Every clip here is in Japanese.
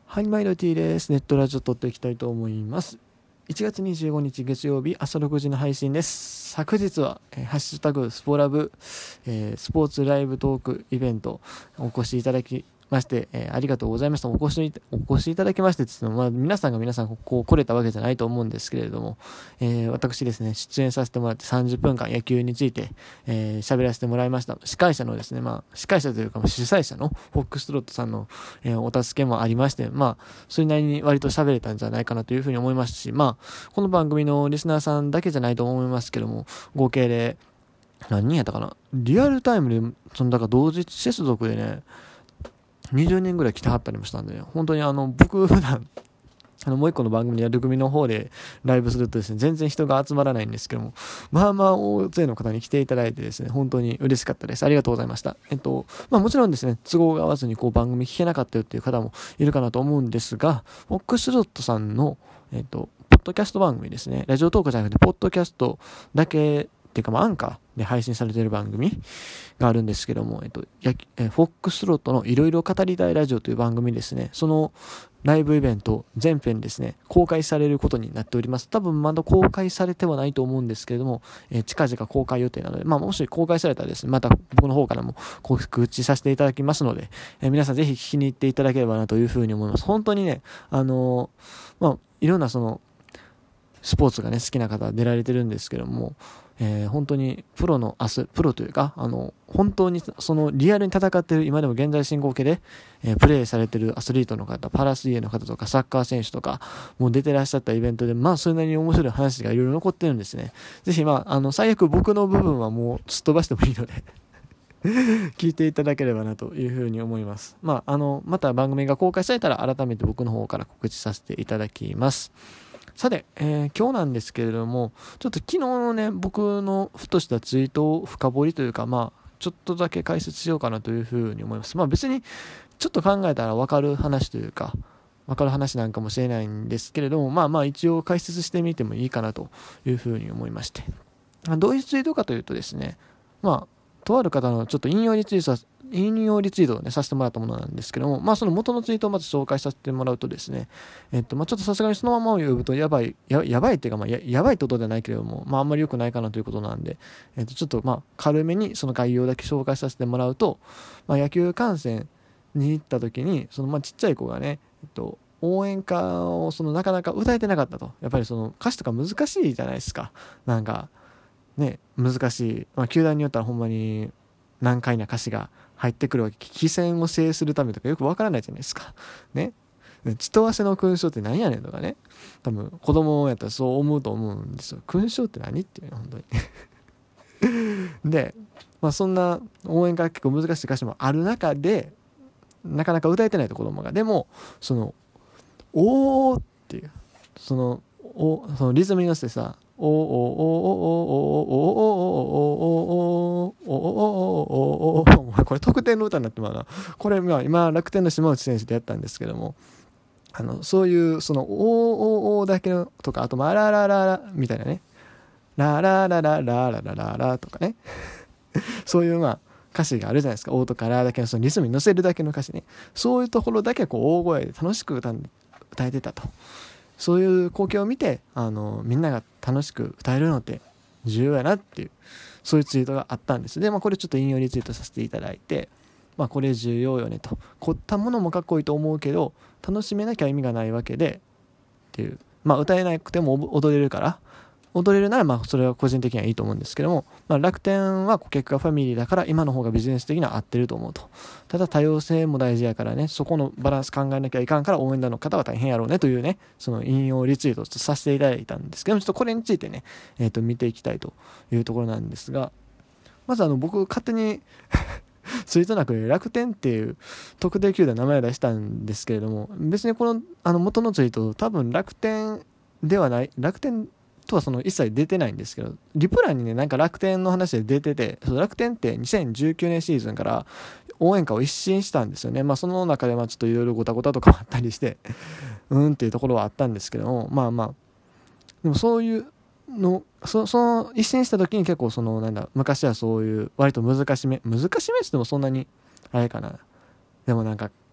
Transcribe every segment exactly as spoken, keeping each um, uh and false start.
はい、マイロティです。ネットラジオ撮っていきたいと思います。いちがつにじゅうごにち月曜日朝ろくじの配信です。昨日は、えー、ハッシュタグスポラブ、えー、スポーツライブトークイベントお越しいただきまして、えー、ありがとうございました。お越しお越しいただきましてって言っても、まあ、皆さんが皆さんこう来れたわけじゃないと思うんですけれども、えー、私ですね出演させてもらってさんじゅっぷんかん野球について喋、えー、らせてもらいました。司会者のですね、まあ司会者というか主催者のフォックストロットさんの、えー、お助けもありまして、まあそれなりに割と喋れたんじゃないかなというふうに思いますし、まあこの番組のリスナーさんだけじゃないと思いますけども、合計で何人やったかな、リアルタイムでそのだから同時接続でねにじゅうにんぐらい来てはったりもしたんで、ね、本当にあの僕普段あのもう一個の番組のやる組の方でライブするとですね、全然人が集まらないんですけども、まあまあ大勢の方に来ていただいてですね、本当に嬉しかったです。ありがとうございました。えっとまあもちろんですね、都合が合わずにこう番組聞けなかったよっていう方もいるかなと思うんですが、フォックスロットさんのえっとポッドキャスト番組ですね、ラジオトークじゃなくてポッドキャストだけっていうか、まあアンカーで配信されている番組があるんですけども、えっと、やえフォックスロットのいろいろ語りたいラジオという番組ですね、そのライブイベント全編ですね公開されることになっております。多分まだ公開されてはないと思うんですけれども、えー、近々公開予定なので、まあもし公開されたらですね、また僕の方からも告知させていただきますので、えー、皆さんぜひ聞きに行っていただければなというふうに思います。本当にね、あのー、まあいろんなそのスポーツがね好きな方出られてるんですけども、えー、本当にプロのアスプロというか、あの本当にそのリアルに戦っている、今でも現在進行形で、えー、プレーされているアスリートの方、パラ水泳の方とかサッカー選手とかもう出てらっしゃったイベントで、まあそれなりに面白い話がいろいろ残ってるんですね。ぜひまああの最悪僕の部分はもうすっ飛ばしてもいいので聞いていただければなというふうに思います。まああのまた番組が公開されたら改めて僕の方から告知させていただきます。さて、えー、今日なんですけれども、ちょっと昨日のね僕のふとしたツイートを深掘りというか、まあちょっとだけ解説しようかなというふうに思います。まあ別にちょっと考えたら分かる話というか分かる話なんかもしれないんですけれども、まあまあ一応解説してみてもいいかなというふうに思いまして、どういうツイートかというとですね、まあとある方のちょっと引用リツイート引用リツイートを、ね、させてもらったものなんですけども、まあその元のツイートをまず紹介させてもらうとですね、えっとまあちょっとさすがにそのままを呼ぶとやばいや、やばいっていうか、まあ、や, やばいってことではないけれども、まああんまり良くないかなということなんで、えっとちょっとまあ軽めにその概要だけ紹介させてもらうと、まあ、野球観戦に行った時にそのまあちっちゃい子がね、えっと応援歌をそのなかなか歌えてなかったと。やっぱりその歌詞とか難しいじゃないですか。なんかね難しい、まあ、球団によってはほんまに難解な歌詞が入ってくるわけ。危戦を制するためとかよくわからないじゃないですかね。血と汗の勲章って何やねんとかね、多分子供やったらそう思うと思うんですよ。勲章って何っていうの本当にで、まあ、そんな応援が結構難しい歌詞もある中でなかなか歌えてないと子供が、でもそのおーっていうそのおそのリズムに乗せてさ、おおおおおおおおおおおおこれ得点の歌になってまうな。これまあ今楽天の島内選手でやったんですけども、あのそういうそのおおおだけのとか、あとまあララララみたいなね、ラララララララララとかねそういうまあ歌詞があるじゃないですか。おとかラだけのそのリズムに乗せるだけの歌詞ね。そういうところだけこう大声で楽しく歌歌えてたと。そういう光景を見て、あのみんなが楽しく歌えるのって重要やなっていう、そういうツイートがあったんです。で、まあ、これちょっと引用リツイートさせていただいて、まあ、これ重要よねと。凝ったものもかっこいいと思うけど楽しめなきゃ意味がないわけでっていう、まあ、歌えなくても踊れるから、踊れるならまあそれは個人的にはいいと思うんですけども、まあ、楽天は顧客がファミリーだから今の方がビジネス的には合ってると思うと。ただ多様性も大事やからね、そこのバランス考えなきゃいかんから応援団の方は大変やろうねというね、その引用リツイートをさせていただいたんですけども、ちょっとこれについてね、えー、と見ていきたいというところなんですが、まずあの僕勝手にツイートなく楽天っていう特定球団の名前を出したんですけれども、別にこのあの元のツイート多分楽天ではない、楽天とはその一切出てないんですけど、リプランにねなんか楽天の話で出てて、その楽天ってにせんじゅうきゅうねんシーズンから応援歌を一新したんですよね。まあその中でまあちょっといろいろごたごたとかもあったりしてうーんっていうところはあったんですけども、まあまあでもそういうの そ, その一新した時に結構そのなんだ昔はそういう割と難しめ難しめって言ってもそんなにあれかな、でもなんか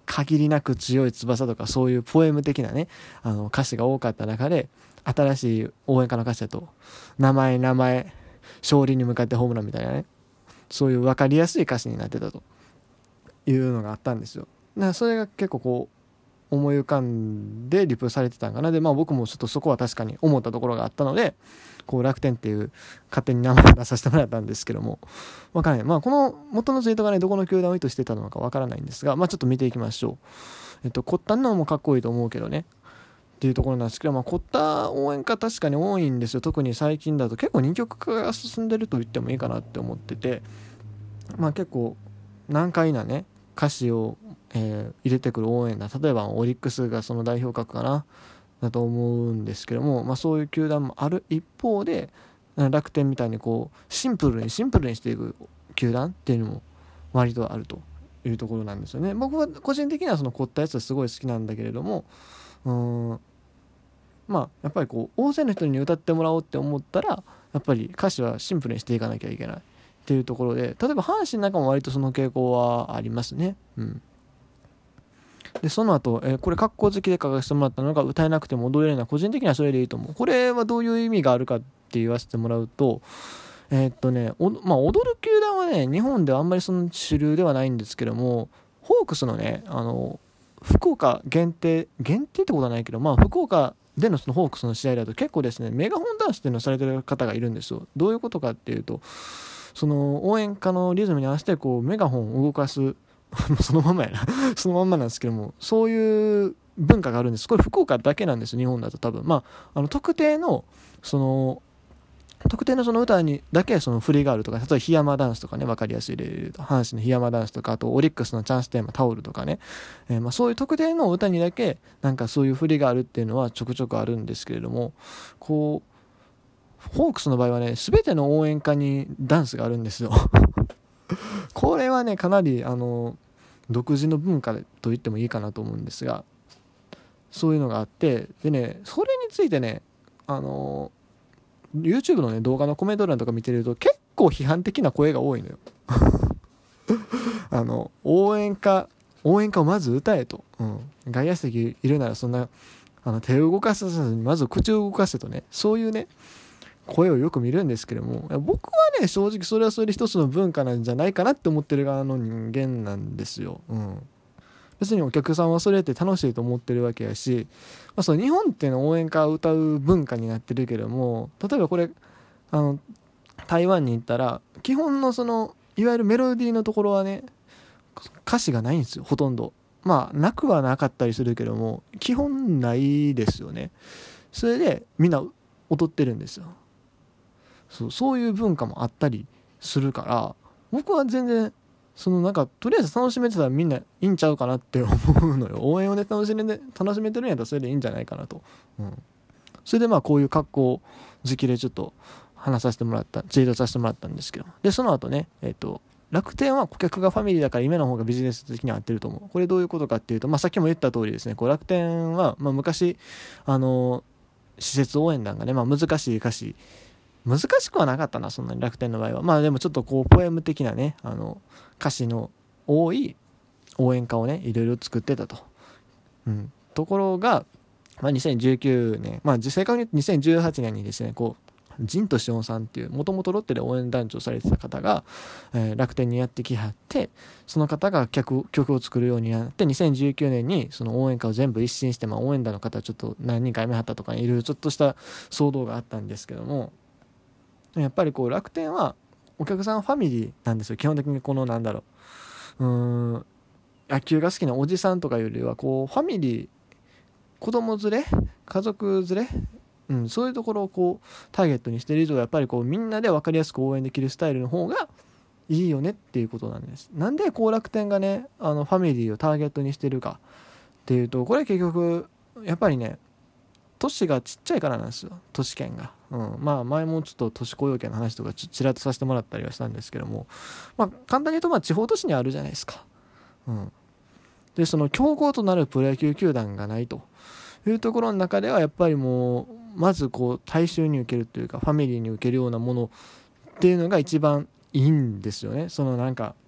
限りなく強い翼とかそういうポエム的なねあの歌詞が多かった中で、新しい応援歌の歌詞だと名前名前勝利に向かってホームランみたいなね、そういう分かりやすい歌詞になってたというのがあったんですよ。だからそれが結構こう思い浮かんでリプされてたんかな。でまあ僕もちょっとそこは確かに思ったところがあったので、こう楽天っていう勝手に名前を出させてもらったんですけども、わからない。まあこの元のツイートがねどこの球団を意図してたのかわからないんですが、まあちょっと見ていきましょう。えっと凝ったのもかっこいいと思うけどねっていうところなんですけど、まあ凝った応援歌確かに多いんですよ。特に最近だと結構二極化が進んでると言ってもいいかなって思ってて、まあ結構難解なね歌詞を、えー、入れてくる応援だ、例えばオリックスがその代表格かなだと思うんですけども、まあ、そういう球団もある一方で、楽天みたいにこうシンプルにシンプルにしていく球団っていうのも割とあるというところなんですよね。僕は個人的にはその凝ったやつはすごい好きなんだけれども、うーんまあやっぱりこう大勢の人に歌ってもらおうって思ったら、やっぱり歌詞はシンプルにしていかなきゃいけないっていうところで、例えば阪神なんかも割とその傾向はありますね。うん。でその後、えー、これ格好好きで書かせてもらったのが歌えなくても踊れるのは個人的にはそれでいいと思う。これはどういう意味があるかって言わせてもらうと、えー、っとねお、まあ、踊る球団はね日本ではあんまりその主流ではないんですけども、ホークスのねあの福岡限定限定ってことはないけど、まあ福岡でのそのホークスの試合だと結構ですねメガホンダンスっていうのをされてる方がいるんですよ。どういうことかっていうと、その応援歌のリズムに合わせてこうメガホンを動かすそのまんまやなそのまんまなんですけども、そういう文化があるんです。これ福岡だけなんです。日本だと多分まああの特定のその特定のその歌にだけその振りがあるとか、例えば檜山ダンスとかね、分かりやすい例で言うと阪神の檜山ダンスとか、あとオリックスのチャンステーマタオルとかね、えー、まあそういう特定の歌にだけなんかそういう振りがあるっていうのはちょくちょくあるんですけれども、こうホークスの場合はね全ての応援歌にダンスがあるんですよこれはねかなりあの独自の文化と言ってもいいかなと思うんですが、そういうのがあって、でねそれについてねあの YouTube のね動画のコメント欄とか見てると結構批判的な声が多いのよあの応援歌応援歌をまず歌えと、うん、外野席いるならそんなあの手を動かさずにまず口を動かせとね、そういうね声をよく見るんですけども、僕はね正直それはそれで一つの文化なんじゃないかなって思ってる側の人間なんですよ。うん、別にお客さんはそれって楽しいと思ってるわけやし、まあ、その日本っていうのは応援歌を歌う文化になってるけども、例えばこれあの台湾に行ったら基本のそのいわゆるメロディーのところはね歌詞がないんですよ、ほとんど。まあなくはなかったりするけども基本ないですよね。それでみんな踊ってるんですよ。そう、そういう文化もあったりするから、僕は全然そのなんかとりあえず楽しめてたらみんないいんちゃうかなって思うのよ。応援をね楽しめて楽しめてるんやったらそれでいいんじゃないかなと、うん、それでまあこういう格好好きでちょっと話させてもらったツイートさせてもらったんですけど、でその後ねえっと楽天は顧客がファミリーだから夢の方がビジネス的には合ってると思う。これどういうことかっていうと、まあ、さっきも言った通りですね、こう楽天はまあ昔あの施設応援団がね、まあ、難しい歌詞難しくはなかったな、そんなに楽天の場合は。まあでもちょっとこうポエム的なねあの歌詞の多い応援歌をねいろいろ作ってたと、うん、ところが、まあ、にせんじゅうきゅうねん、まあ正確に言うとにせんじゅうはちねんにですねこう陣としおんさんっていうもともとロッテで応援団長されてた方が、えー、楽天にやってきはって、その方が曲曲を作るようになってにせんじゅうきゅうねんにその応援歌を全部一新して、まあ、応援団の方ちょっと何人か辞めはったとかいろいろちょっとした騒動があったんですけども、やっぱりこう楽天はお客さんファミリーなんですよ。基本的にこのなんだろううーん野球が好きなおじさんとかよりはこうファミリー子供連れ家族連れ、うん、そういうところをこうターゲットにしている以上やっぱりこうみんなで分かりやすく応援できるスタイルの方がいいよねっていうことなんです。なんで後楽天がねあのファミリーをターゲットにしてるかっていうと、これ結局やっぱりね都市がちっちゃいからなんですよ、都市圏が、うん、まあ前もちょっと都市雇用権の話とかちらっとさせてもらったりはしたんですけども、まあ簡単に言うとまあ地方都市にあるじゃないですか、うん、でその競合となるプロ野球球団がないというところの中ではやっぱりもうまずこう大衆に受けるというかファミリーに受けるようなものっていうのが一番いいんですよね。そのなんか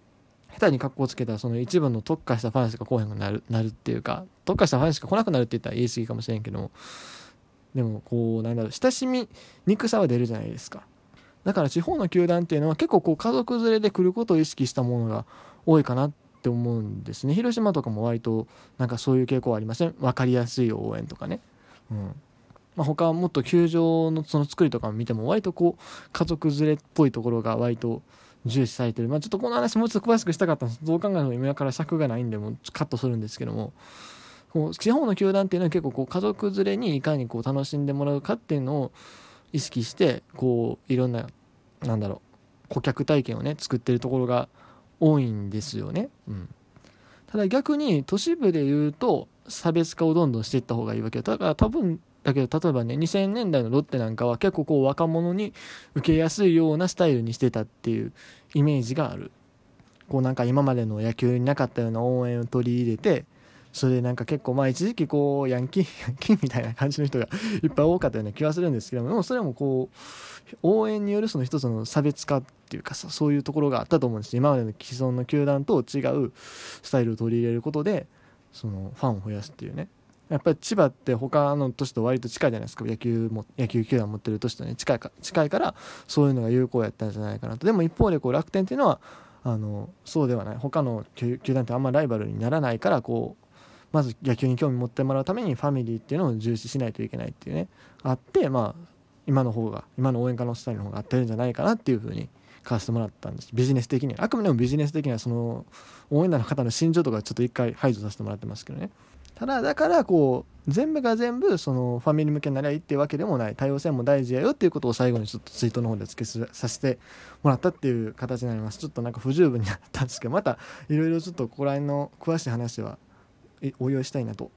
下手に格好つけたらその一部の特化したファンしか来へんくなるなるっていうか、特化したファンしか来なくなるって言ったら言い過ぎかもしれんけども、でもこうなんだろう、親しみにくさは出るじゃないですか。だから地方の球団っていうのは結構こう家族連れで来ることを意識したものが多いかなって思うんですね。広島とかも割となんかそういう傾向はありません？分かりやすい応援とかね、うんまあ、他はもっと球場のその作りとかも見ても割とこう家族連れっぽいところが割と重視されてる。まあちょっとこの話もうちょっと詳しくしたかったんです。どう考えても今から尺がないんでもうカットするんですけども、こう地方の球団っていうのは結構こう家族連れにいかにこう楽しんでもらうかっていうのを意識してこういろんななんだろう顧客体験をね作ってるところが多いんですよね、うん、ただ逆に都市部で言うと差別化をどんどんしていった方がいいわけだから多分だけど例えばねにせんねんだいのロッテなんかは結構こう若者に受けやすいようなスタイルにしてたっていうイメージがある。こうなんか今までの野球になかったような応援を取り入れて、それでなんか結構まあ一時期こうヤンキーヤンキーみたいな感じの人がいっぱい多かったような気はするんですけども、でもそれもこう応援によるその一つの差別化っていうかさ、そういうところがあったと思うんです。今までの既存の球団と違うスタイルを取り入れることでそのファンを増やすっていうね。やっぱり千葉って他の都市と割と近いじゃないですか。野球も野球球団持ってる都市とね近いか近いからそういうのが有効やったんじゃないかなと。でも一方でこう楽天っていうのはあのそうではない。他の球団ってあんまライバルにならないからこうまず野球に興味持ってもらうためにファミリーっていうのを重視しないといけないっていうねあって、まあ今の方が今の応援歌のスタイルの方が合ってるんじゃないかなっていう風に買わせてもらったんです。ビジネス的にはあくまでもビジネス的にはその応援団の方の心情とかちょっと一回排除させてもらってますけどね。ただだからこう全部が全部そのファミリー向けになりゃいいっていうわけでもない。多様性も大事やよっていうことを最後にちょっとツイートの方で付けさせてもらったっていう形になります。ちょっとなんか不十分になったんですけど、またいろいろちょっとここら辺の詳しい話はお用意したいなと